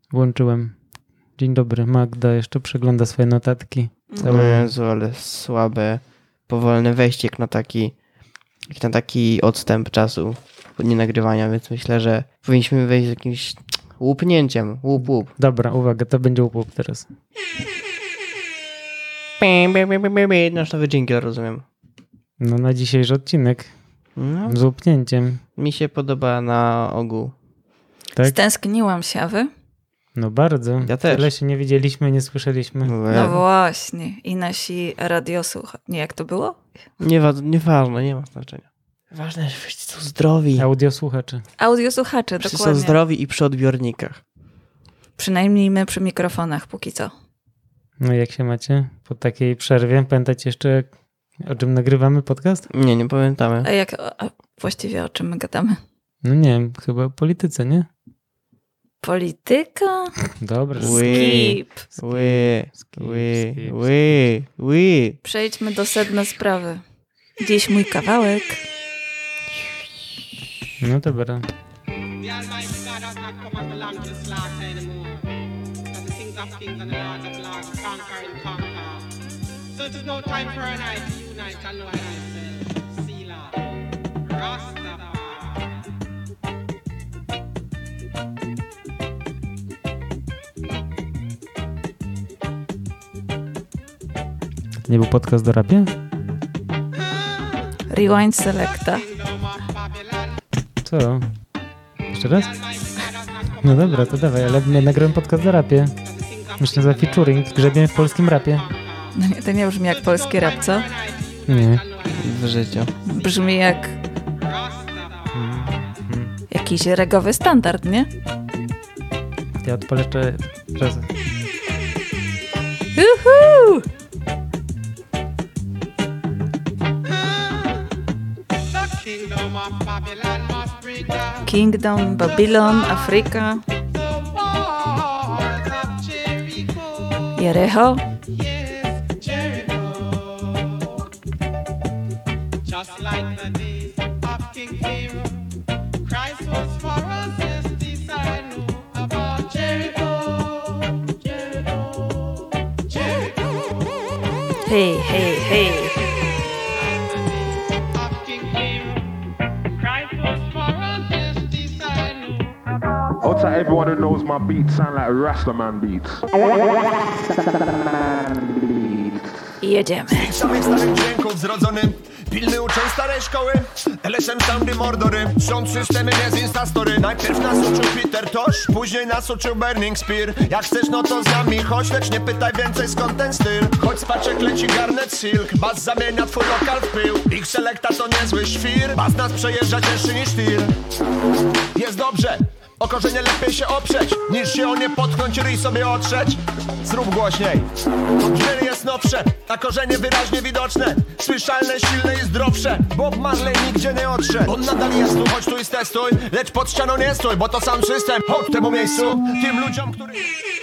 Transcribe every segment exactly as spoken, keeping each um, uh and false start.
Włączyłem. Dzień dobry. Magda jeszcze przegląda swoje notatki. O Jezu, ale słabe, powolne wejście na taki, na taki odstęp czasu nie nagrywania, więc myślę, że powinniśmy wejść z jakimś łupnięciem. Łup, łup. Dobra, uwaga, to będzie łup, łup teraz. Nasz nowy dżingiel, rozumiem. No na dzisiejszy odcinek. No. Z łupnięciem. Mi się podoba na ogół. Tak? Stęskniłam się, a wy? No bardzo. Ja też. Tyle się nie widzieliśmy, nie słyszeliśmy. No właśnie. I nasi radiosłuchacze. Nie, jak to było? Niewa- nieważne, nie ma znaczenia. Ważne, że wszyscy są zdrowi. Audiosłuchacze. Audiosłuchacze, Wszyscy dokładnie. są zdrowi i przy odbiornikach. Przynajmniej my przy mikrofonach póki co. No jak się macie po takiej przerwie? Pamiętacie jeszcze, o czym nagrywamy podcast? Nie, nie pamiętamy. A jak a właściwie o czym my gadamy? No nie wiem, chyba o polityce, nie? Polityka? Dobra. Skip. Ły, Skip, ły, skip, ły, ły. Przejdźmy do sedna sprawy. Gdzieś mój kawałek. No dobra. The Almighty God has not come and belong to the slaughter anymore. That the kings of kings and the lords of lords conquer and conquer. So it is no time for an eye to unite and know thyself. Selah. Rastafari. Nie był podcast do rapie? Rewind Selecta. Co? Jeszcze raz? No dobra, to dawaj, ale my nagrałem podcast do rapie. Myślę, że featuring grzebień w polskim rapie. No nie, to nie brzmi jak polski rap, co? Nie. W życiu. Brzmi jak jakiś regowy standard, nie? Ja odpalę jeszcze raz. Uhu! Kingdom, Babylon, Afryka, Jericho. Just like the days of King Pharaoh, Christ was for us, yes, this I know about Jericho, Jericho, Jericho. Hej, hej, hej. Of King Pharaoh, Christ was for us, yes, this I know. I'll tell everyone who knows my beats sound like Rastaman beats. I jedziemy. Samych starych dźwięków zrodzonym. Pilny uczeń starej szkoły, L S M soundy mordory. Są systemy nie z Instastory. Najpierw nas uczył Peter Tosh, później nas uczył Burning Spear. Jak chcesz no to z nami chodź, lecz nie pytaj więcej skąd ten styl. Chodź z paczek leci garnet silk, bas zamienia twój lokal w pył. Ich selekta to niezły świr, bas nas przejeżdża cięższy niż tir. Jest dobrze, o korzenie lepiej się oprzeć, niż się o nie potknąć i ryj sobie otrzeć. Zrób głośniej. Brzmienie jest nowsze, a korzenie wyraźnie widoczne. Słyszalne, silne i zdrowsze. Bob Marley nigdzie nie otrze. On nadal jest tu, chodź tu i stestuj. Lecz pod ścianą nie stój, bo to sam system. Chodź temu miejscu, tym ludziom, których...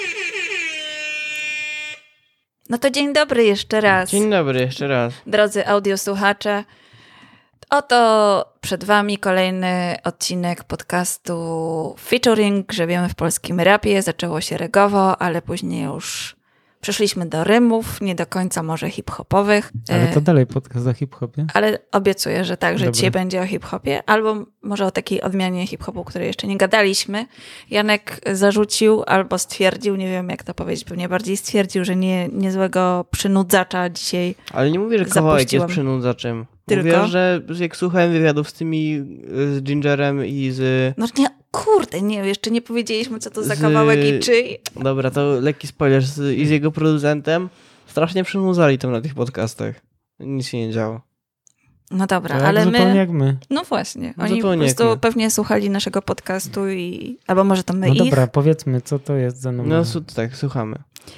No to dzień dobry jeszcze raz. Dzień dobry, jeszcze raz. Drodzy audiosłuchacze, oto przed wami kolejny odcinek podcastu featuring Grzebiemy w polskim rapie. Zaczęło się regowo, ale później już przeszliśmy do rymów, nie do końca może hip-hopowych. Ale to dalej podcast o hip-hopie? Ale obiecuję, że tak, że Dobra. dzisiaj będzie o hip-hopie, albo może o takiej odmianie hip-hopu, o której jeszcze nie gadaliśmy. Janek zarzucił albo stwierdził, nie wiem jak to powiedzieć, pewnie bardziej stwierdził, że nie, niezłego przynudzacza dzisiaj. Ale nie mówię, że kawałek Zapuściłam. jest przynudzaczym. Tylko? Mówię, że jak słuchałem wywiadów z tymi, z Gingerem i z... No nie, kurde, nie, jeszcze nie powiedzieliśmy, co to za Z- kawałek i czyj. Dobra, to lekki spoiler, z, i z jego producentem strasznie przynudzali tam na tych podcastach. Nic się nie działo. No dobra, Tak, ale zupełnie my... jak my. No właśnie, No oni po zupełnie jak prostu my. pewnie słuchali naszego podcastu i... Albo może to my No ich. dobra, powiedzmy, co to jest za numer. No su- tak, słuchamy.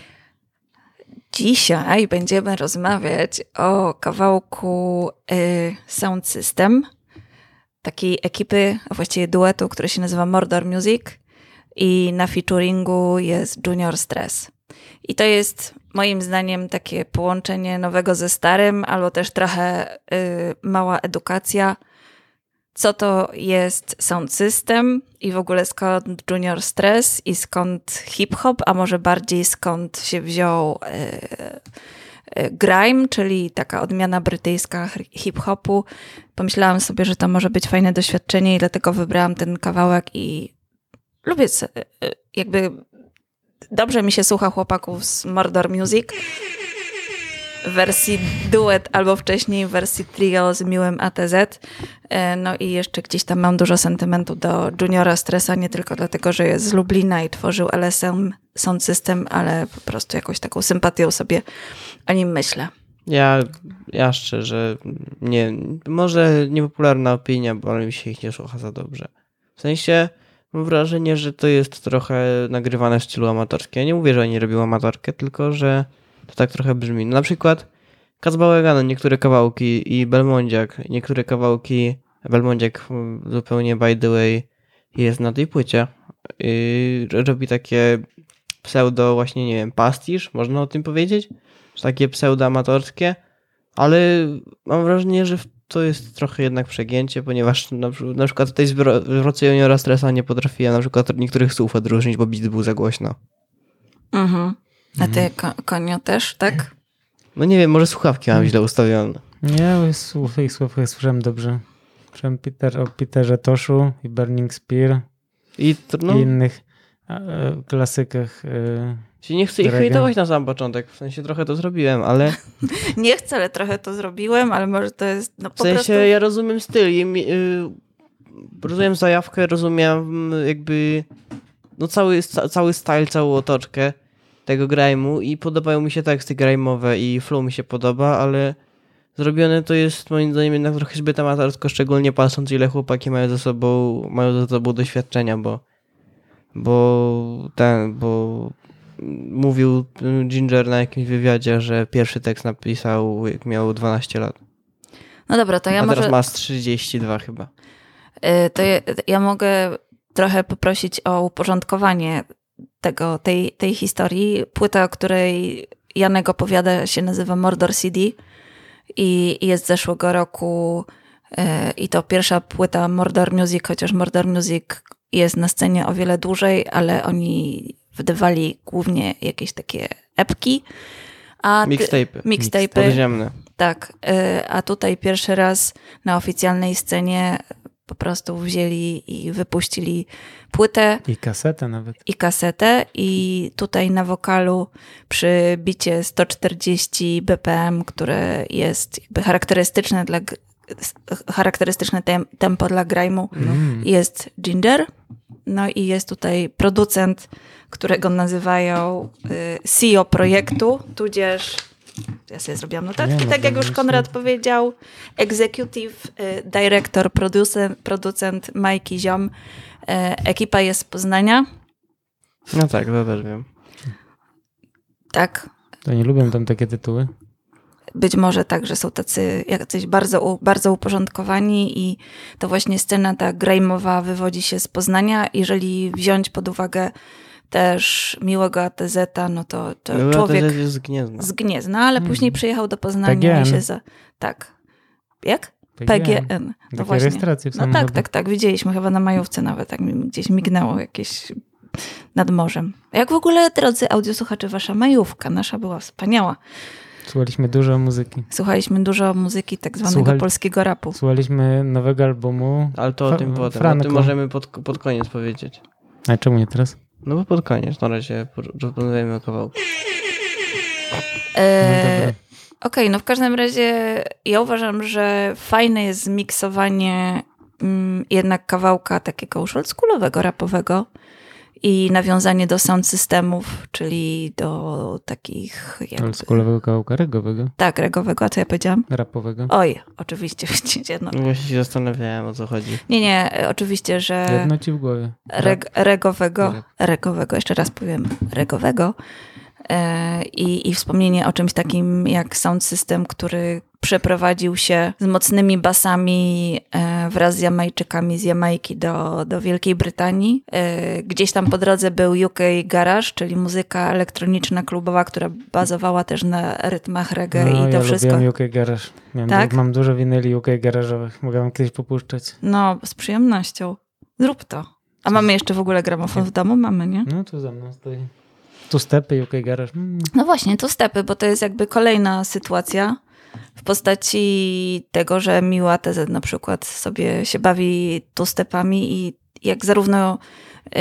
Dzisiaj będziemy rozmawiać o kawałku y, Sound System, takiej ekipy, a właściwie duetu, który się nazywa Mordor Music i na featuringu jest Junior Stress. I to jest moim zdaniem takie połączenie nowego ze starym, albo też trochę y, mała edukacja. co to jest sound system i w ogóle skąd Junior Stress i skąd hip-hop, a może bardziej skąd się wziął e, e, grime, czyli taka odmiana brytyjska hip-hopu. Pomyślałam sobie, że to może być fajne doświadczenie i dlatego wybrałam ten kawałek i lubię, jakby dobrze mi się słucha chłopaków z Mordor Music w wersji duet albo wcześniej w wersji trio z miłym A T Z. No i jeszcze gdzieś tam mam dużo sentymentu do Juniora Stressa, nie tylko dlatego, że jest z Lublina i tworzył L S M Sound System, ale po prostu jakąś taką sympatią sobie o nim myślę. Ja, ja szczerze, nie, może niepopularna opinia, bo ale mi się ich nie słucha za dobrze. W sensie mam wrażenie, że to jest trochę nagrywane w stylu amatorskim. Ja nie mówię, że oni robią amatorkę, tylko że to tak trochę brzmi. No, na przykład Kacbałegano, niektóre kawałki i Belmondziak, niektóre kawałki, Belmondziak zupełnie by the way jest na tej płycie. I robi takie pseudo właśnie, nie wiem, pastisz, można o tym powiedzieć? Że takie pseudo amatorskie, ale mam wrażenie, że to jest trochę jednak przegięcie, ponieważ na, na przykład tutaj w roce Juniora Stressa nie potrafiłem na przykład niektórych słów odróżnić, bo beat był za głośno. Mhm. A ty, ko- Konio, też, tak? No nie wiem, może słuchawki mam źle ustawione. Nie, słów, ich słów słyszałem dobrze. Słyszałem Peter, o Peterze Toszu i Burning Spear I, to, no, i innych e, klasykach. E, Czyli nie chcę ich reggae. hejtować na sam początek, w sensie trochę to zrobiłem, ale Nie chcę, ale trochę to zrobiłem, ale może to jest no, po w sensie prostu... ja rozumiem styl, i, mi- y, rozumiem zajawkę, rozumiem jakby no cały, ca- cały style, całą otoczkę tego grime'u i podobają mi się teksty grime'owe i flow mi się podoba, ale zrobione to jest moim zdaniem jednak trochę zbyt amatorsko, szczególnie patrząc ile chłopaki mają ze sobą, mają ze sobą doświadczenia, bo bo ten, bo mówił Ginger na jakimś wywiadzie, że pierwszy tekst napisał jak miał dwanaście lat. No dobra, to ja A może... teraz ma z trzydzieści dwa chyba. Y, To ja, ja mogę trochę poprosić o uporządkowanie tego, tej, tej historii. Płyta, o której Janek opowiada, się nazywa Mordor C D i jest z zeszłego roku y, i to pierwsza płyta Mordor Music, chociaż Mordor Music jest na scenie o wiele dłużej, ale oni wydawali głównie jakieś takie epki. A ty- Mixtape'y. Mixtape'y. Podziemne. Tak, y, a tutaj pierwszy raz na oficjalnej scenie po prostu wzięli i wypuścili płytę I kasetę nawet. i kasetę i tutaj na wokalu przy bicie sto czterdzieści B P M, które jest jakby charakterystyczne dla g- charakterystyczne tem- tempo dla grime'u, Mm. jest Ginger. No i jest tutaj producent, którego nazywają y, C E O projektu, tudzież ja sobie zrobiłam notatki, Nie, no tak to jak już jest- Konrad powiedział, executive y, director, producent, producent Majki Ziom. Y, ekipa jest z Poznania. No tak, to też wiem. Tak, To nie lubią tam takie tytuły. być może tak, że są tacy jacyś bardzo, u- bardzo uporządkowani i to właśnie scena ta grime'owa wywodzi się z Poznania. Jeżeli wziąć pod uwagę też miłego A T Z-a, no to, to No, człowiek to jest z Gniezna. z Gniezna, ale później przyjechał do Poznania P G N. i się za... Tak. Jak? P G N. No Takie właśnie. rejestracje w No tak, samochodach. tak, tak. Widzieliśmy chyba na majówce nawet, tak mi gdzieś mignęło jakieś nad morzem. A jak w ogóle, drodzy audiosłuchacze, wasza majówka? Nasza była wspaniała. Słuchaliśmy dużo muzyki. Słuchaliśmy dużo muzyki tak zwanego Słuchali- polskiego rapu. Słuchaliśmy nowego albumu. Ale to o Fra- tym potem. O Franco. tym możemy pod, pod koniec powiedzieć. A czemu nie teraz? No bo pod koniec, na razie rozmawiamy o kawałku. E, dobra. Okej, no w każdym razie ja uważam, że fajne jest zmiksowanie mm, jednak kawałka takiego już oldschoolowego, rapowego i nawiązanie do sound systemów, czyli do takich jakby, Oldschoolowego kawałka regowego, tak, regowego, a co ja powiedziałam? rapowego. Oj, oczywiście, wiecie, no. No właśnie się zastanawiałem, o co chodzi. Nie, nie, e, oczywiście, że Jedno ci w głowie. reg, regowego, Reg. regowego, jeszcze raz powiem, regowego, I, i wspomnienie o czymś takim jak Sound System, który przeprowadził się z mocnymi basami wraz z Jamajczykami z Jamajki do, do Wielkiej Brytanii. Gdzieś tam po drodze był U K Garage, czyli muzyka elektroniczna, klubowa, która bazowała też na rytmach reggae no, i to ja wszystko. lubiłem U K Garage. Miałem, tak? Mam dużo winyli U K Garage'owych. Mogę wam kiedyś popuszczać. No, z przyjemnością. Zrób to. A mamy jeszcze w ogóle gramofon w domu? Mamy, nie? No, tu za mną stoi. Tu stepy, U K Garage. Mm. No właśnie, tu stepy, bo to jest jakby kolejna sytuacja w postaci tego, że Miły A T Z na przykład sobie się bawi tu stepami i jak zarówno y,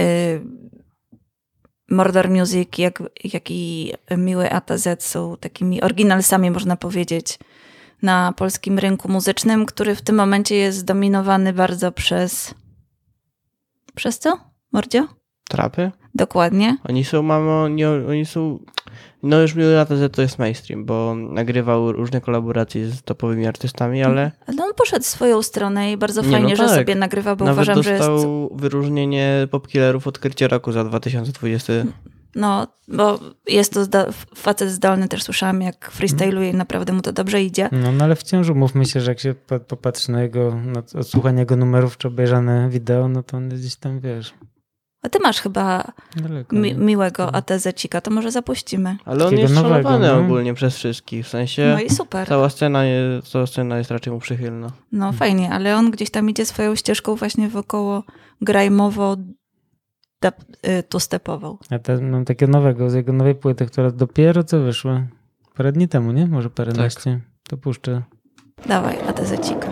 Mordor Music, jak, jak i Miły A T Z są takimi oryginalsami, można powiedzieć, na polskim rynku muzycznym, który w tym momencie jest zdominowany bardzo przez... Przez co, Mordzio? Trapy? Dokładnie. Oni są, mamo, nie, oni są, no już Miły A T Z to jest mainstream, bo nagrywał różne kolaboracje z topowymi artystami, ale... Ale on poszedł w swoją stronę i bardzo Nie, fajnie, no że tak. sobie nagrywa, bo Nawet uważam, że jest... dostał wyróżnienie Popkillerów Odkrycie Roku za dwa tysiące dwudziesty. No, bo jest to zda- facet zdolny, też słyszałam, jak freestyluje i naprawdę mu to dobrze idzie. No, no ale wciąż umówmy się, że jak się po- popatrzy na jego, na odsłuchanie jego numerów czy obejrzane wideo, no to on jest gdzieś tam, wiesz, A ty masz chyba daleko. mi- nie? miłego A T Z-cika, to może zapuścimy. Ale on Takiego jest nowego, szanowany no. ogólnie przez wszystkich, w sensie No i super. cała scena, jest, cała scena jest raczej mu przychylna. No fajnie, ale on gdzieś tam idzie swoją ścieżką właśnie wokoło grajmowo two-stepową. Ja też mam takiego nowego, z jego nowej płyty, która dopiero co wyszła. Parę dni temu, nie? Może paręnaście. To puszczę. Dawaj, A T Z-cika.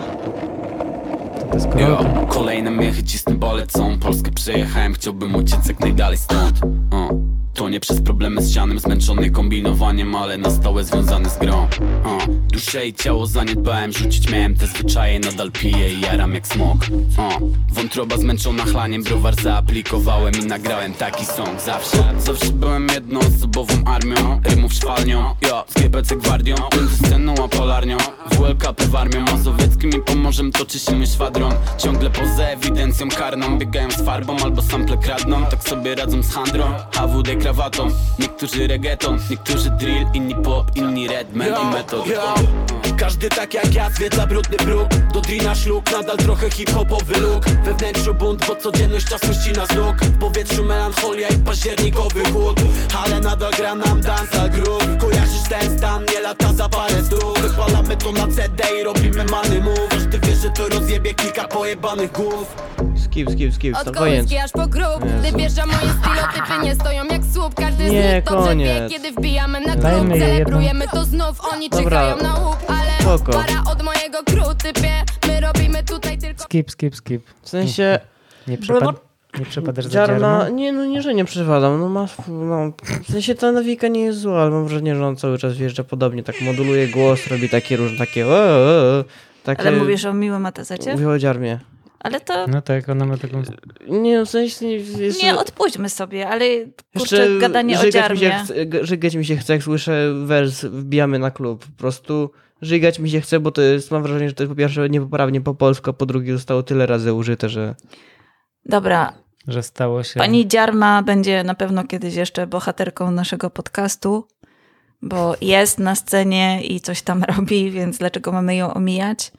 To jest Yo, kolor. kolejne miechy cisnę balecą. Polskę przejechałem, chciałbym uciec jak najdalej stąd. uh. To nie przez problemy z sianem, zmęczony kombinowaniem, ale na stałe związany z grą. uh. Duszę i ciało zaniedbałem, rzucić miałem te zwyczaje, nadal piję i jaram jak smok. uh. Wątroba zmęczona chlaniem, browar zaaplikowałem i nagrałem taki song. Zawsze, zawsze byłem jednoosobową armią, rymów szwalnią, ja z G B C gwardią, między sceną a polarnią, W L K P w armią mazowieckim i pomożem toczy się mój szwadron. Ciągle poza ewidencją karną, biegają z farbą albo sample kradną, tak sobie radzą z handrą, H W D krawatą. Niektórzy reggaeton, niektórzy drill, inni pop, inni redman i metod. Każdy tak jak ja zwiedza brudny próg. Do drina szluk, nadal trochę hip-hopowy look. We wnętrzu bunt, bo codzienność czasem ścina z nóg. W powietrzu melancholia i październikowy chłód. Ale nadal gra nam dansa groove. Kojarzysz ten stan, nie lata za parę stów. Wypalamy to na C D i robimy many move. Każdy wie, że to rozjebie kilka pojebanych głów. Skip, skip, skip, Od to koniec. kołyski aż po grób. Gdy wjeżdża moje stereotypy nie stoją jak słup. Każdy z Nie, nich dobrze wie, koniec. kiedy wbijamy na Dajmy klub. jej Celebrujemy to znów, oni Dobra. czekają na łup. Ale Spoko. para od mojego crew, typie. My robimy tutaj tylko... Skip, skip, skip. W sensie... Nie, przepad... nie przepadasz za Dziarma, dziarma? nie no nie, że nie przepadam, no masz, no, w sensie ta nawika nie jest zła, ale mam wrażenie, że on cały czas wjeżdża podobnie, tak moduluje głos, robi takie różne, takie o, o, o, takie... Ale mówisz o miłym A T Z-cie? Mówię o Dziarmie. Ale to No tak, ona ma taką... Nie no, w sensie... Jest, nie odpuśćmy sobie, ale kurczę, jeszcze gadanie o żygać mi się dziarmie. chce, g- żygać mi się chce, jak słyszę wers, wbijamy na klub, po prostu żygać mi się chce, bo to jest, mam wrażenie, że to jest po pierwsze niepoprawnie po polsku, a po drugie zostało tyle razy użyte, że... Dobra, że stało się... pani Dziarma będzie na pewno kiedyś jeszcze bohaterką naszego podcastu, bo jest na scenie i coś tam robi, więc dlaczego mamy ją omijać?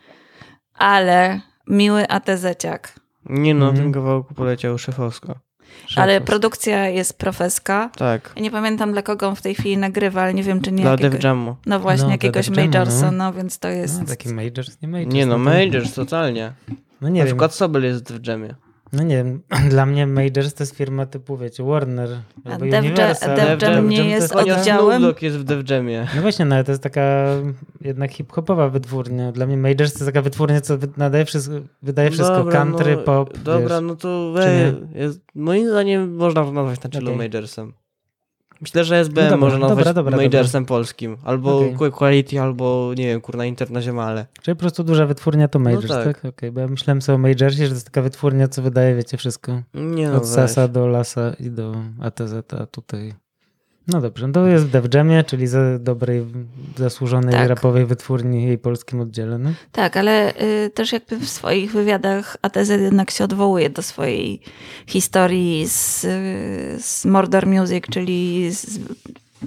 Ale miły A T Z-ciak. Nie no, Mhm. w tym kawałku poleciał szefowsko. Ale produkcja jest profeska. Tak, Ja nie pamiętam, dla kogo on w tej chwili nagrywa, ale nie wiem, czy nie dla jakiego... Def Jamu. No właśnie, No, dla jakiegoś Def Jamu, Majorsa, no. no więc to jest... No, taki Majors, nie Majors. Nie no, to- Majors, totalnie. No nie Na wiem. przykład Sobel jest w Jamie. No nie wiem, dla mnie Majors to jest firma typu, wiecie, Warner albo Def Jam- Universal. Def Def Jam nie to jest taka- Chociaż oddziałem. Snoop Dogg jest w Def Jamie. No właśnie, no ale to jest taka jednak hip-hopowa wytwórnia. Dla mnie Majors to jest taka wytwórnia, co wy- nadaje wszystko, wydaje wszystko Dobra, country, no, pop, Dobra, wiesz. no to Czy we, jest, moim zdaniem można to nazwać na chillu Okej. Majorsem. Myślę, że S B M No dobra, można nazwać dobra, dobra, Majorsem polskim. Albo Okej. okay. Quality, albo nie wiem, kurna Internazionale. Czyli po prostu duża wytwórnia to Majors, tak. tak? Okej, bo ja myślałem sobie o Majorsie, że to jest taka wytwórnia, co wydaje, wiecie, wszystko. Nie no, Od weź. Sasa do Lasa i do A T Z, a tutaj... No dobrze, to jest w Def Jamie, czyli za dobrej, zasłużonej Tak. rapowej wytwórni jej polskim oddziale, no. Tak, ale y, też jakby w swoich wywiadach A T Z jednak się odwołuje do swojej historii z, y, z Mordor Music, czyli z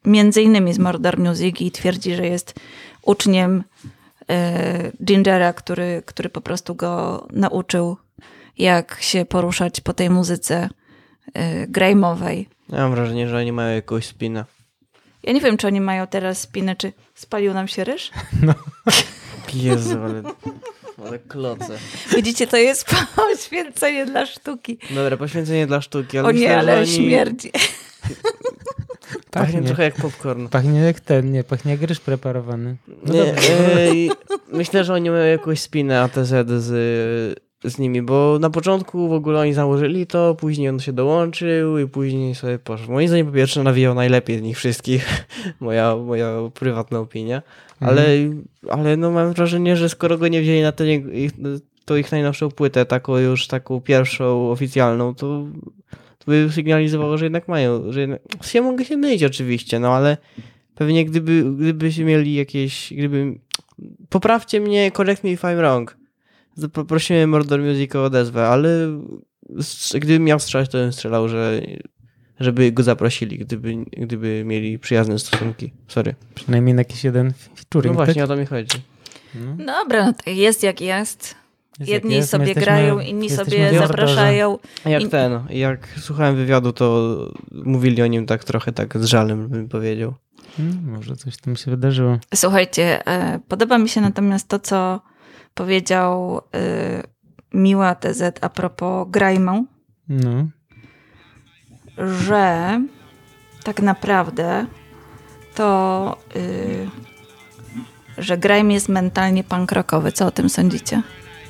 między innymi z Mordor Music i twierdzi, że jest uczniem e, Gingera, który, który po prostu go nauczył, jak się poruszać po tej muzyce e, grajmowej. Ja mam wrażenie, że oni mają jakąś spinę. Ja nie wiem, czy oni mają teraz spinę, czy spalił nam się ryż? No. Jezu, ale, ale kloce. Widzicie, to jest poświęcenie dla sztuki. Dobra, poświęcenie dla sztuki, ale O nie, myślę, ale że oni... śmierdzi. Pachnie Pachnie. trochę jak popcorn. Pachnie jak ten, nie, pachnie jak ryż preparowany. No Nie, dobra. ej, myślę, że oni mają jakąś spinę A T Z z, z nimi, bo na początku w ogóle oni założyli to, później on się dołączył i później sobie poszedł. Moim zdaniem po pierwsze nawijał najlepiej z nich wszystkich, moja, moja prywatna opinia, ale, ale no mam wrażenie, że skoro go nie wzięli na ten, ich, to ich najnowszą płytę, taką już taką pierwszą oficjalną, to to by sygnalizowało, że jednak mają, że jednak... Ja mogę się mylić oczywiście, no ale pewnie gdyby, gdybyśmy mieli jakieś, gdyby... Poprawcie mnie, correct me if I'm wrong. Poprosimy Mordor Music o odezwę, ale gdybym miał strzelać, to bym strzelał, że żeby go zaprosili, gdyby, gdyby mieli przyjazne stosunki. Sorry. Przynajmniej na jakiś jeden featuring, No właśnie, tak? o to mi chodzi. No. Dobra, no to jest jak jest. Jest Jedni jak jest, my sobie jesteśmy- grają, inni jesteśmy sobie w Mordorze. zapraszają. Jak I- ten, jak słuchałem wywiadu, to mówili o nim tak trochę tak z żalem, bym powiedział. Hmm, może coś tam się wydarzyło. Słuchajcie, e, podoba mi się natomiast to, co powiedział e, Miła T Z a propos Grajmą, No. że tak naprawdę to, y, że grime jest mentalnie punk rockowy. Co o tym sądzicie?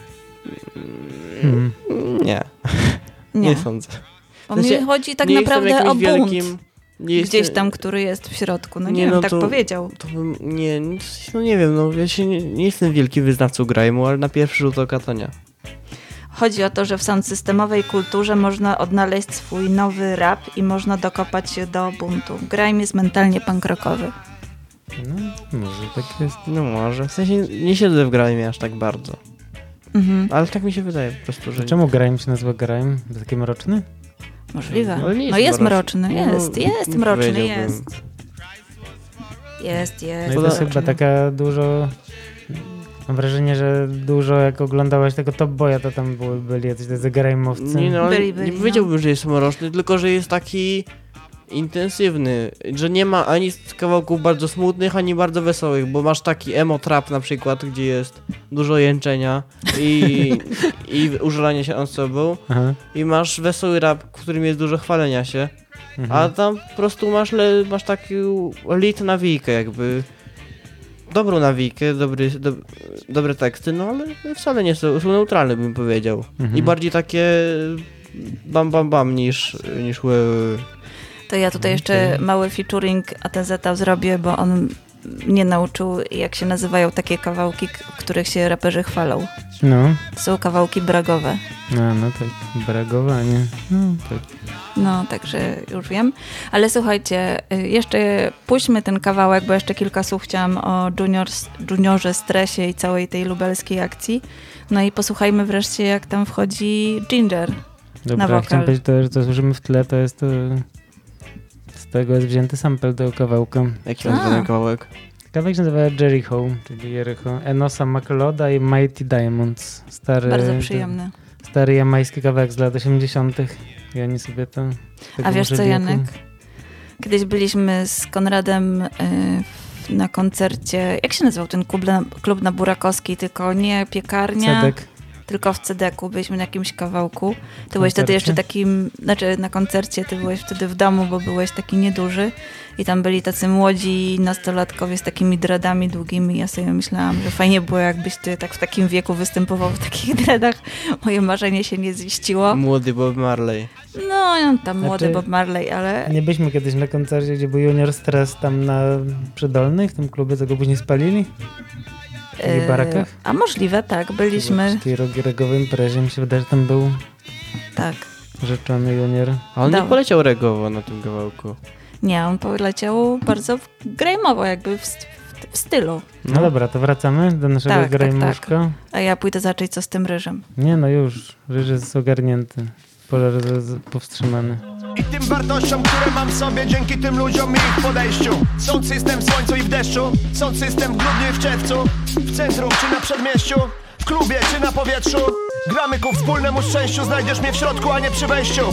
Hmm. Nie, Nie, nie sądzę. bo W sensie, mi chodzi tak nie jestem naprawdę o jakimś bunt. wielkim- nie jestem- Gdzieś tam, który jest w środku. No nie, Nie, wiem, no tak to- powiedział. To bym, nie, no nie wiem, no ja się nie, nie jestem wielkim wyznawcą grajmu, ale na pierwszy rzut oka to nie. Chodzi o to, że w sound systemowej kulturze można odnaleźć swój nowy rap i można dokopać się do buntu. Grime jest mentalnie punk rockowy. No, może tak jest. No może, w sensie nie siedzę w grajmie aż tak bardzo. Mhm. Ale tak mi się wydaje po prostu, że... Czemu grime się nazywa grime? Bo taki mroczny? Możliwe. Ale nie jest No jest mroczny. mroczny, No, jest, jest nie mroczny, powiedziałbym. jest. Jest, No jest. i to jest chyba taka dużo... Mam wrażenie, że dużo jak oglądałaś tego Top Boya, to tam były, byli jacyś tacy graimowcy. Nie, no, Byli, byli, nie no. powiedziałbym, że jest mroczny, tylko że jest taki intensywny, że nie ma ani kawałków bardzo smutnych, ani bardzo wesołych, bo masz taki emo trap na przykład, gdzie jest dużo jęczenia i, i użalania się nad sobą, Aha. i masz wesoły rap, w którym jest dużo chwalenia się, Mhm. a tam po prostu masz, le, masz taki lit nawijkę jakby. Dobrą nawijkę, dobry, do, dobre teksty, no ale wcale nie są, są neutralne, bym powiedział. Mhm. I bardziej takie bam bam bam niż, niż łe, łe. To ja tutaj jeszcze mały featuring A T Z zrobię, bo on mnie nauczył, jak się nazywają takie kawałki, k- których się raperzy chwalą. No, To są kawałki bragowe. no, no tak, bragowanie. No, tak. No, także już wiem. Ale słuchajcie, y, jeszcze puśćmy ten kawałek, bo jeszcze kilka słów chciałam o junior, juniorze Stresie i całej tej lubelskiej akcji. No i posłuchajmy wreszcie, jak tam wchodzi Ginger. Dobra, wokal. chciałem powiedzieć, to, że to słyszymy w tle, to jest to... Z tego jest wzięty sample tego kawałka. Jaki A. nazywa ten kawałek? Kawałek się nazywa Jericho, czyli Jericho. Enosa McLeoda i Mighty Diamonds. Stary, Bardzo przyjemny. Stary jamański kawałek z lat osiemdziesiątych. I oni sobie to... A wiesz co, Janek? Kiedyś byliśmy z Konradem y, na koncercie, jak się nazywał ten klub na, klub na Burakowskiej, tylko nie piekarnia, Cedek. tylko w Cedeku. Byliśmy na jakimś kawałku. Ty byłeś wtedy Koncercie? jeszcze takim, znaczy na koncercie, ty byłeś wtedy w domu, bo byłeś taki nieduży i tam byli tacy młodzi nastolatkowie z takimi dreadami długimi. Ja sobie myślałam, że fajnie było, jakbyś ty tak w takim wieku występował w takich dreadach. Moje marzenie się nie ziściło. Młody Bob Marley. No, tam młody Znaczy- Bob Marley, ale... Nie byliśmy kiedyś na koncercie, gdzie był Junior Stress tam na Przydolnej, w tym klubie, co go później spalili? W takich Yy, barakach? A możliwe, tak, byliśmy, W takiej rog- regowej imprezie. Mi się wydaje, że tam był tak. rzeczony Junior. A on Dał. nie poleciał regowo na tym kawałku. Nie, on poleciał bardzo grajmowo, jakby w, st- w stylu. No, dobra, to wracamy do naszego Tak, tak, grajmuszka. A ja pójdę zacząć co z tym ryżem. Nie no już, ryż jest ogarnięty. pożar z, z, powstrzymany. I tym wartościom, które mam w sobie dzięki tym ludziom i ich podejściu. Sound system w słońcu i w deszczu, sound system w grudniu i w czerwcu, w centrum czy na przedmieściu, w klubie czy na powietrzu. Gramy ku wspólnemu szczęściu, znajdziesz mnie w środku, a nie przy wejściu.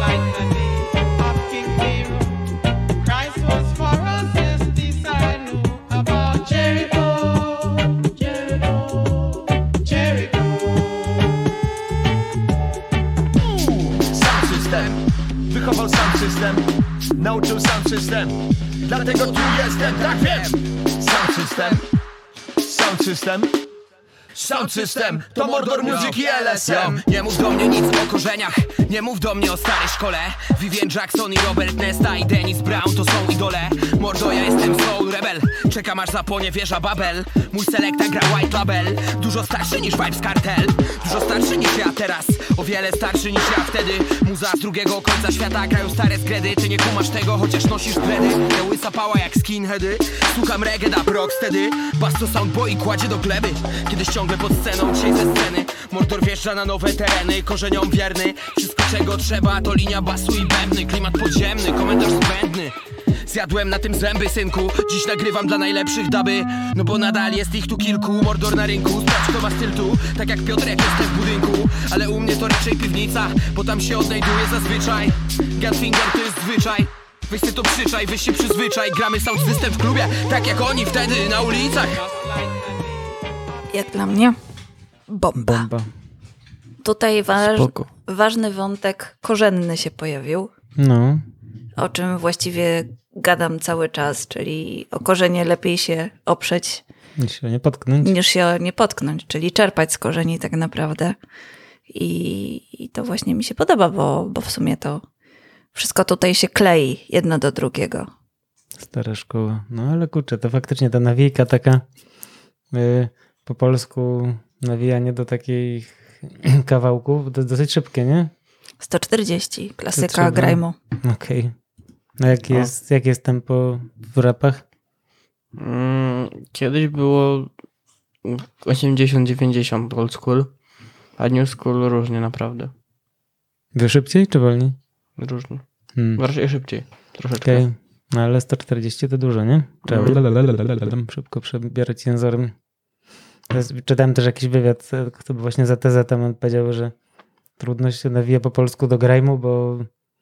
Wychował sound system, nauczył sound system, dlatego tu jestem, tak wiem. Sound system, sound system, sound system, to Mordor Music i L S M. Nie mów do mnie nic o korzeniach, nie mów do mnie o starej szkole. Vivian Jackson i Robert Nesta i Dennis Brown to są idole. Mordo, ja jestem soul rebel, czekam aż zapłonie wieża Babel. Mój selekta gra White Label, dużo starszy niż Vibes Cartel. Dużo starszy niż ja teraz, o wiele starszy niż ja wtedy. Muza z drugiego końca świata, grają stare skredy. Ty nie kumasz tego, chociaż nosisz dredy. Ja łysa pała jak skinheady, słucham reggae, dub rock wtedy. Bas to soundboy i kładzie do gleby, kiedyś ciągle pod sceną, dzisiaj ze sceny. Mordor wjeżdża na nowe tereny, korzeniom wierny. Wszystko czego trzeba to linia basu i bębny. Klimat podziemny, komentarz zbędny. Zjadłem na tym zęby, synku, dziś nagrywam dla najlepszych daby. No bo nadal jest ich tu kilku, Mordor na rynku. Sprawdź kto ma styl tu, tak jak Piotrek jestem w budynku. Ale u mnie to raczej piwnica, bo tam się odnajduje zazwyczaj. Gunfinger to jest zwyczaj, weź ty to przyczaj, weź się przyzwyczaj. Gramy sound system w klubie, tak jak oni wtedy na ulicach. Jak dla mnie bomba. Bomba. Tutaj waż, Spoko. ważny wątek korzenny się pojawił, No. o czym właściwie gadam cały czas, czyli o korzenie lepiej się oprzeć Niż się nie potknąć. niż się nie potknąć, czyli czerpać z korzeni tak naprawdę. I, i to właśnie mi się podoba, bo, bo w sumie to wszystko tutaj się klei jedno do drugiego. Stara szkoła. No ale kurczę, to faktycznie ta nawijka taka y, po polsku nawijanie do takich kawałków, to dosyć szybkie, nie? sto czterdzieści, klasyka trzeba- grajmu. Okej. Okay. No jak jest, jak jest tempo w rapach? Mm, kiedyś było osiemdziesiąt dziewięćdziesiąt old school, a new school różnie naprawdę. Wy szybciej czy wolniej? Różnie. Hmm. Raczej szybciej. Troszeczkę. Okej. Okay. No ale sto czterdzieści to dużo, nie? Trzeba Mm. szybko przebierać jęzorem. Teraz czytałem też jakiś wywiad, kto był właśnie za T Z, tam on powiedział, że trudno się nawija po polsku do grajmu, bo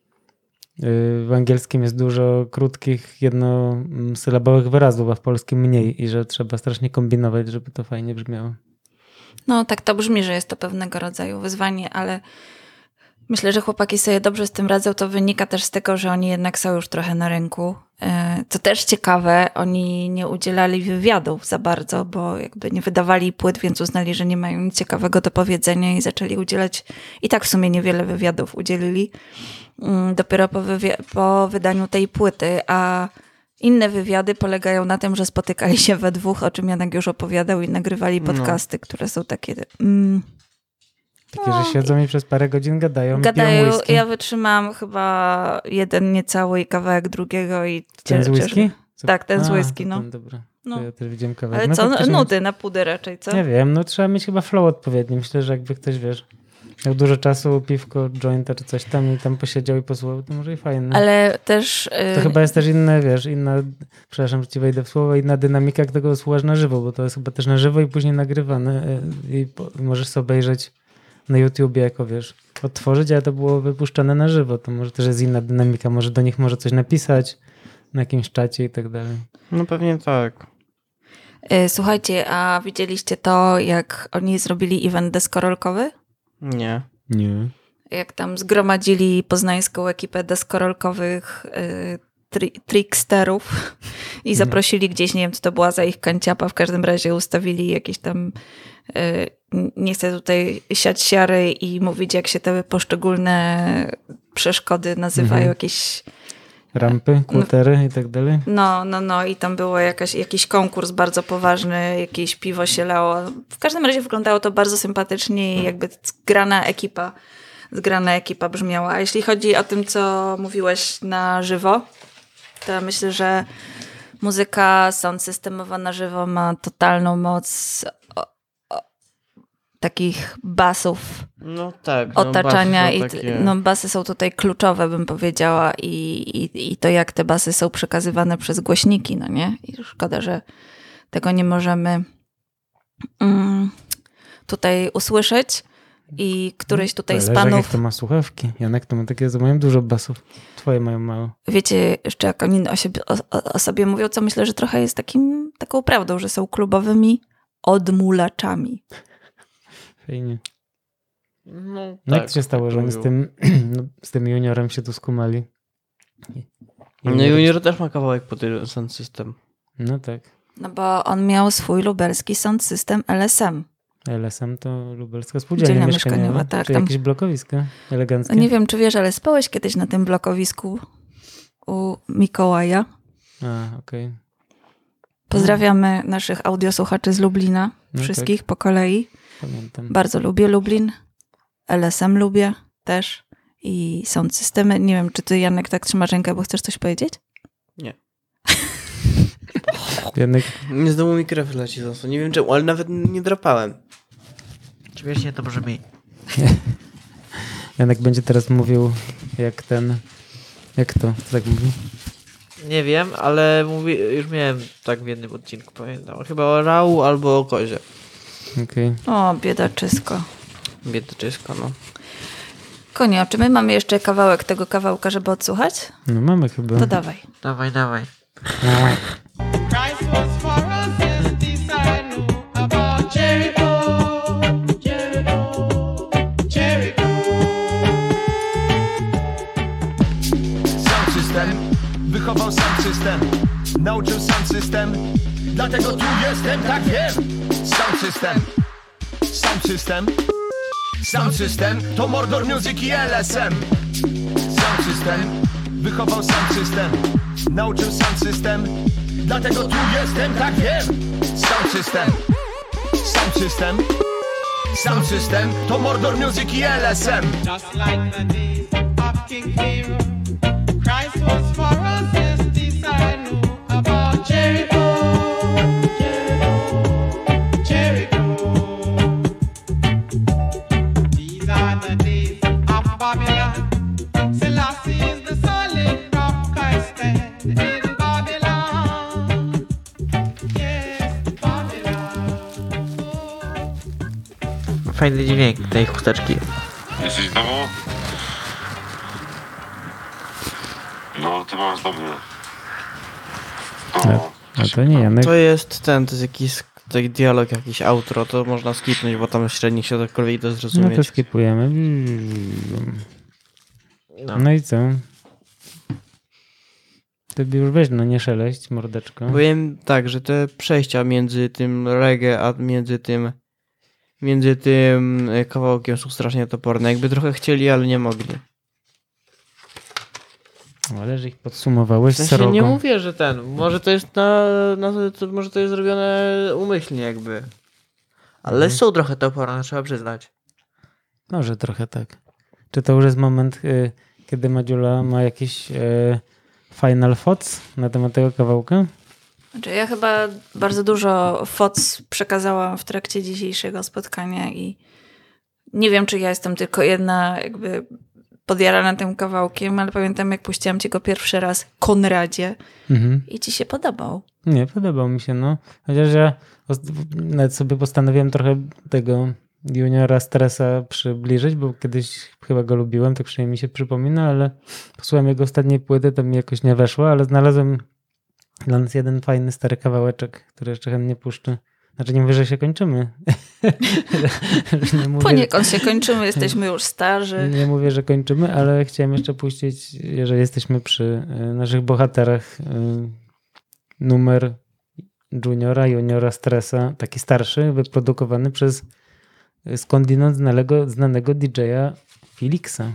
w angielskim jest dużo krótkich, jednosylabowych wyrazów, a w polskim mniej i że trzeba strasznie kombinować, żeby to fajnie brzmiało. No tak to brzmi, że jest to pewnego rodzaju wyzwanie, ale myślę, że chłopaki sobie dobrze z tym radzą. To wynika też z tego, że oni jednak są już trochę na rynku. Co też ciekawe, oni nie udzielali wywiadów za bardzo, bo jakby nie wydawali płyt, więc uznali, że nie mają nic ciekawego do powiedzenia i zaczęli udzielać, i tak w sumie niewiele wywiadów udzielili dopiero po, wywi- po wydaniu tej płyty, a inne wywiady polegają na tym, że spotykali się we dwóch, o czym Janek już opowiadał, i nagrywali podcasty, no. które są takie... Mm, Takie, no, że siedzą i przez parę godzin gadają. Gadają, piją whisky. Ja wytrzymałam chyba jeden niecały i kawałek drugiego. I ten z whisky? Co? Tak, ten A, z whisky, to no. Ten, dobra. no. To ja też widziałem kawałek. Ale no, co, faktycznie- nudy na pudy raczej, co? Nie wiem, no trzeba mieć chyba flow odpowiedni. Myślę, że jakby ktoś, wiesz, miał dużo czasu, piwko, jointa czy coś tam i tam posiedział i posłuchał, to może i fajne. Ale też... To Yy... chyba jest też inne, wiesz, inna, przepraszam, że ci wejdę w słowo, inna dynamika, jak tego słuchasz na żywo, bo to jest chyba też na żywo i później nagrywane yy, i po, możesz sobie obejrzeć na YouTubie, jako wiesz, odtworzyć, ale to było wypuszczane na żywo, to może też jest inna dynamika, może do nich może coś napisać na jakimś czacie i tak dalej. No pewnie tak. Yy, słuchajcie, a widzieliście to, jak oni zrobili event deskorolkowy? Nie. Nie. Jak tam zgromadzili poznańską ekipę deskorolkowych yy, tri- tricksterów i zaprosili gdzieś, nie wiem, co to była za ich kanciapa, w każdym razie ustawili jakieś tam, yy, nie chcę tutaj siać siary i mówić, jak się te poszczególne przeszkody nazywają, Mhm. jakieś... Rampy, kłotery i tak dalej. No, no, no i tam było jakaś, jakiś konkurs bardzo poważny, jakieś piwo się lało. W każdym razie wyglądało to bardzo sympatycznie i jakby zgrana ekipa, zgrana ekipa brzmiała. A jeśli chodzi o tym, co mówiłeś na żywo, to myślę, że muzyka sound systemowa na żywo ma totalną moc o, o, takich basów, No tak. No, otaczania basy i takie... no, basy są tutaj kluczowe, bym powiedziała i, i, i to jak te basy są przekazywane przez głośniki, no nie? I szkoda, że tego nie możemy mm, tutaj usłyszeć i któryś tutaj z Zależy, panów... jak to ma słuchawki. Janek to ma takie, że mają dużo basów. Twoje mają mało. Wiecie jeszcze jak oni o, siebie, o, o sobie mówią, co myślę, że trochę jest takim, taką prawdą, że są klubowymi odmulaczami. Fajnie. No, No tak, jak to się stało, że oni z tym, no, z tym juniorem się tu skumali? No junior też ma kawałek pod sound system. No tak. No bo on miał swój lubelski sound system L S M. L S M to lubelska spółdzielnia Spółdzielnia mieszkaniowa, mieszkaniowa, tak, czy tam- jakieś blokowiska eleganckie? Nie wiem, czy wiesz, ale spałeś kiedyś na tym blokowisku u Mikołaja. A, okej. Okay. Pozdrawiamy naszych audiosłuchaczy z Lublina. No Wszystkich tak. po kolei. Pamiętam. Bardzo lubię Lublin. L S M lubię też. I sound systemy. Nie wiem, czy ty, Janek, tak trzymasz rękę, bo chcesz coś powiedzieć? Nie. Janek, Nie z domu mi krew leci został. Nie wiem czemu, ale nawet nie drapałem. Czy wiesz, nie to może mi. Janek będzie teraz mówił jak ten... Jak to? Co tak mówi? Nie wiem, ale mówi, już miałem tak w jednym odcinku, pamiętam. Chyba o Rau albo o Kozie. Okej. Okay. O, biedaczysko. Biedaczysko, no. Konio, czy my mamy jeszcze kawałek tego kawałka, żeby odsłuchać? No mamy chyba. To dawaj. Dawaj, dawaj. Christ was for us, yes, this I know about Jericho, Jericho, Jericho. Sound system, wychował sound system, nauczył sound system, dlatego tu jestem, tak wiem. Sound system, sound system, sound system, to Mordor Music i L S M. Sound system, wychował sound system, nauczył sound system, dlatego tu jestem, tak wiem. Sound system, sound system, sound system, to Mordor Music i L S M. Just like the days of King Pharaoh, Christ was for us, yes, this I know about Jericho, Jericho, Jericho. These are the days of Babylon. Selassie is the solid rock I stand in Babylon. Yes, Babylon. Fajny dźwięk tej chusteczki. Jesteś w domu? No, ty masz do mnie. No, no to nie Janek. To jest ten, to jest jakiś taki dialog, jakiś outro, to można skipnąć, bo tam średnio się cokolwiek to No zrozumieć. to skipujemy. No. No i co? Ty już weź, no nie szeleść, mordeczko. Powiem tak, że te przejścia między tym reggae, a między tym między tym kawałkiem są strasznie toporne. Jakby trochę chcieli, ale nie mogli. Ale że ich podsumowałeś W sensie srogo. nie mówię, że ten. Może to jest na, na to, może to jest zrobione umyślnie jakby. Ale Mhm. są trochę toporne, trzeba przyznać. Może trochę tak. Czy to już jest moment, y, kiedy Madziula ma jakiś y, final thoughts na temat tego kawałka? Znaczy, ja chyba bardzo dużo foc przekazałam w trakcie dzisiejszego spotkania i nie wiem, czy ja jestem tylko jedna jakby podjarana tym kawałkiem, ale pamiętam, jak puściłam ci go pierwszy raz, Konradzie, Mhm. i ci się podobał. Nie, podobał mi się, no. Chociaż ja os- nawet sobie postanowiłem trochę tego juniora Stressa przybliżyć, bo kiedyś chyba go lubiłem, tak przynajmniej mi się przypomina, ale posłuchałem jego ostatniej płyty, to mi jakoś nie weszło, ale znalazłem dla nas jeden fajny stary kawałeczek, który jeszcze chętnie puszczę. Znaczy nie mówię, że się kończymy. nie mówię, Poniekąd się kończymy, jesteśmy już starzy. Nie mówię, że kończymy, ale chciałem jeszcze puścić, jeżeli jesteśmy przy y, naszych bohaterach, y, numer juniora, juniora Stressa, taki starszy, wyprodukowany przez y, skądinąd znanego, znanego D J-a Felixa.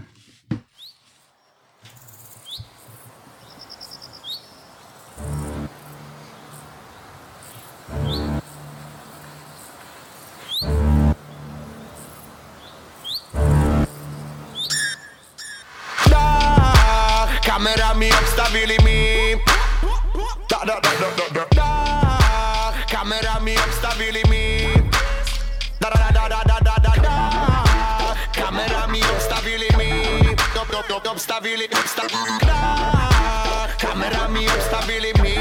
Dach, kamerami obstawili mi. Da, da, da, da, da, da. Dach, kamerami obstawili mi. Da, da, da, da, da, da, da. obstawili, obstawili krach. Kamerami obstawili mi.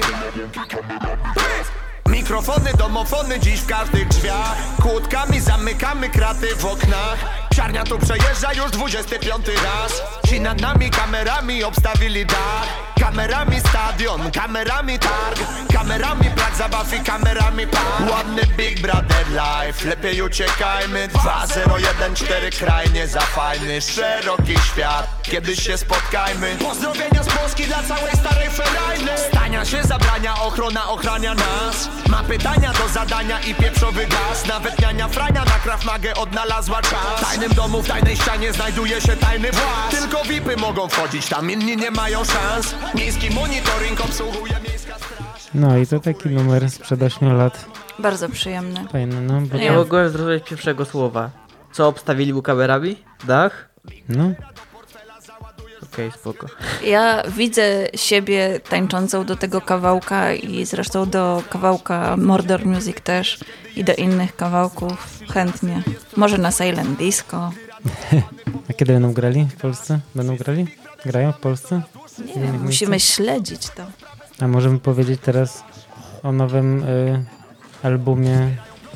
Mikrofony, domofony dziś w każdych drzwiach. Kłódkami zamykamy kraty w oknach. Psiarnia tu przejeżdża już dwudziesty piąty raz. Ci nad nami kamerami obstawili dach. Kamerami stadion, kamerami targ. Kamerami plac zabaw i kamerami park. Ładny Big Brother life, lepiej uciekajmy. Dwa zero jeden cztery kraj nie za fajny. Szeroki świat, kiedyś się spotkajmy. Pozdrowienia z Polski dla całej starej ferajny. Stania się zabrania, ochrona ochrania nas. Ma pytania do zadania i pieprzowy gaz. Nawet niania Frania na Krav Magę odnalazła czas. W tajnym domu, w tajnej ścianie znajduje się tajny włas. Tylko V I P-y mogą wchodzić, tam inni nie mają szans. Miejski monitoring obsługuje miejska straż. No i to taki numer sprzed ośmiu lat. Bardzo przyjemny. Fajny, no. Bo Nie mogłem zrozumieć pierwszego słowa. Co obstawili mu kamerami? Dach? No. Okej, okay, spoko. Ja widzę siebie tańczącą do tego kawałka i zresztą do kawałka Mordor Music też i do innych kawałków chętnie. Może na Silent Disco. A kiedy będą grali w Polsce? Będą grali? Grają w Polsce? Nie wiem, musimy śledzić to. A możemy powiedzieć teraz o nowym y, albumie,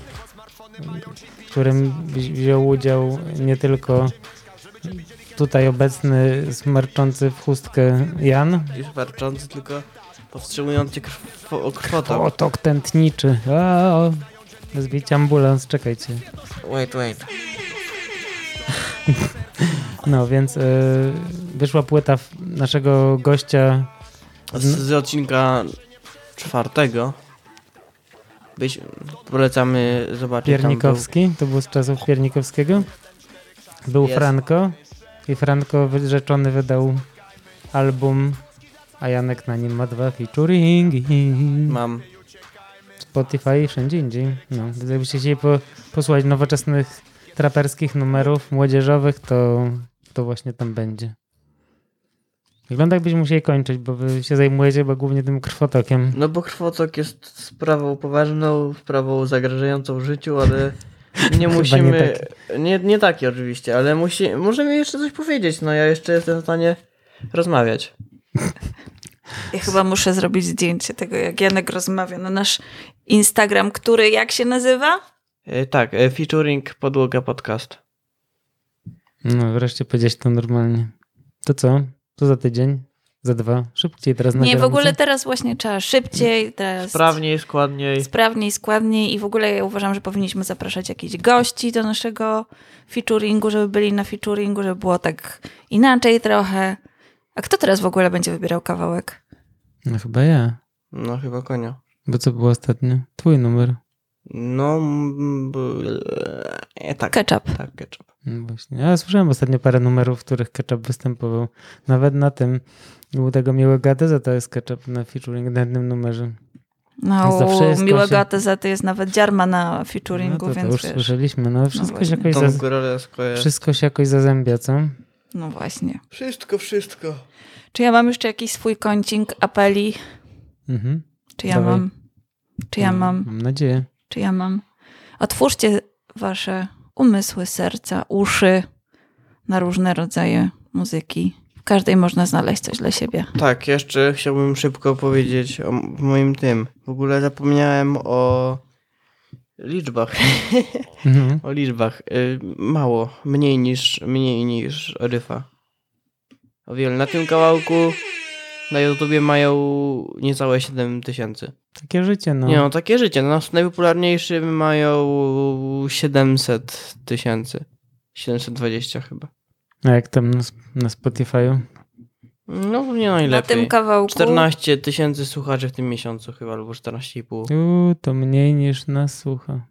w którym wziął udział nie tylko tutaj obecny smarczący w chustkę Jan. Nie smarczący, tylko powstrzymujący krwo, krwotok. Krwotok tętniczy. O, wezwijcie ambulans, czekajcie. Wait, wait. No, więc y, wyszła płyta naszego gościa z, z odcinka czwartego. Byś, polecamy zobaczyć. Piernikowski, był... to był z czasów Piernikowskiego. Był Jest. Franco i Franco wyrzeczony wydał album, a Janek na nim ma dwa featuringi. Mam. Spotify i wszędzie indziej. No, więc jakbyście chcieli po, posłuchać nowoczesnych traperskich numerów młodzieżowych, to, to właśnie tam będzie. Wygląda jakbyśmy musieli kończyć, bo wy się zajmujecie bo głównie tym krwotokiem. No bo krwotok jest sprawą poważną, sprawą zagrażającą życiu, ale nie musimy... nie, taki. Nie, nie taki oczywiście, ale musi, możemy jeszcze coś powiedzieć. No ja jeszcze jestem w stanie rozmawiać. Ja chyba muszę zrobić zdjęcie tego, jak Janek rozmawia na nasz Instagram, który jak się nazywa? E, tak, e, featuring Podłoga Podcast. No wreszcie powiedziałeś to normalnie. To co? To za tydzień? Za dwa? Szybciej teraz nagramy. Nie, w ogóle teraz właśnie trzeba szybciej. Teraz sprawniej, składniej. Sprawniej, składniej i w ogóle ja uważam, że powinniśmy zapraszać jakichś gości do naszego featuringu, żeby byli na featuringu, żeby było tak inaczej trochę. A kto teraz w ogóle będzie wybierał kawałek? No chyba ja. No chyba Konia. Bo co było ostatnio? Twój numer. No, b- e, tak. Ketchup. Tak, Ketchup. No właśnie. Ja słyszałem ostatnio parę numerów, w których Ketchup występował. Nawet na tym, u tego Miłego A T Z to jest Ketchup na featuring na jednym numerze. No, u Miłego się... A T Z jest nawet Dziarma na featuringu, no to, więc to już wiesz. Słyszeliśmy, no wszystko, no się jakoś Tom zaz... wszystko się jakoś zazębia, co? No właśnie. Wszystko, wszystko. Czy ja mam jeszcze jakiś swój kącik apeli? Mhm. Czy ja Dawaj. mam? Czy ja no, mam? Mam nadzieję. Czy ja mam? Otwórzcie wasze umysły, serca, uszy na różne rodzaje muzyki. W każdej można znaleźć coś dla siebie. Tak, jeszcze chciałbym szybko powiedzieć o moim tym. W ogóle zapomniałem o liczbach. Mhm. O liczbach. Mało. Mniej niż, mniej niż Ryfa. O wiele. Na tym kawałku na YouTubie mają niecałe siedem tysięcy. Takie życie, no. Nie, no takie życie. Na najpopularniejszym mają siedemset tysięcy. siedemset dwadzieścia chyba. A jak tam na, na Spotify'u? No nie najlepiej. Na tym kawałku? czternaście tysięcy słuchaczy w tym miesiącu chyba, albo czternaście i pół. Uuu, to mniej niż nas słucha.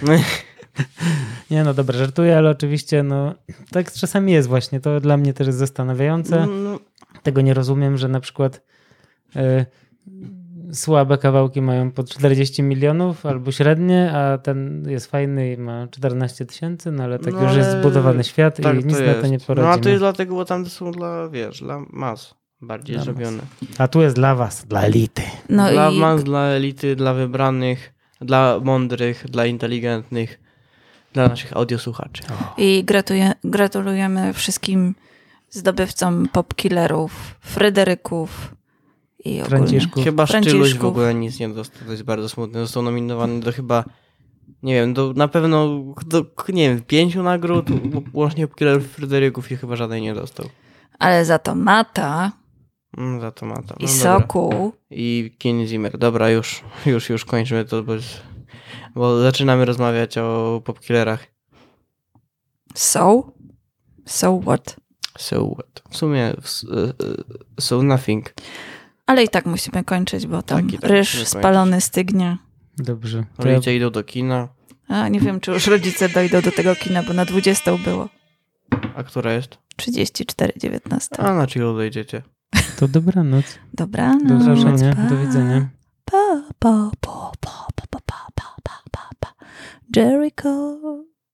Nie no, dobra, żartuję, ale oczywiście no tak czasami jest właśnie. To dla mnie też jest zastanawiające. No. Tego nie rozumiem, że na przykład y, słabe kawałki mają po czterdzieści milionów albo średnie, a ten jest fajny i ma czternaście tysięcy, no ale tak no, już jest zbudowany świat tak, i nic na to nie poradzimy. No a to jest dlatego, bo tam są dla, wiesz, dla mas bardziej dla zrobione. Mas. A tu jest dla was, dla elity. No dla i... mas, dla elity, dla wybranych, dla mądrych, dla inteligentnych, dla naszych audiosłuchaczy. I gratuluję, gratulujemy wszystkim zdobywcą popkillerów, Fryderyków i ogólnie Franciszków. Chyba Franciszków. Szczyluś w ogóle nic nie dostał, to jest bardzo smutne. Został nominowany do chyba, nie wiem, do, na pewno do, nie wiem, pięciu nagród, łącznie popkillerów Fryderyków i chyba żadnej nie dostał. Ale za to Mata No, za to ma to. No, i dobra. Soku. I Ken Zimmer. Dobra, już, już, już kończymy to, bo, bo zaczynamy rozmawiać o popkillerach. So? So what? So what? W sumie so nothing. Ale i tak musimy kończyć, bo tam Tak, i tak ryż musimy spalony stygnie. Dobrze. To ja, Rodzice idą do kina. A nie wiem, czy już rodzice dojdą do tego kina, bo na dwudziestą było. A która jest? trzydzieści cztery dziewiętnaście. A na chillu dojdziecie. to dobranoc. Dobranoc. Do usłyszenia. pa. Do widzenia. Pa, pa, pa, pa, pa, pa, pa, pa, pa, pa. Jericho.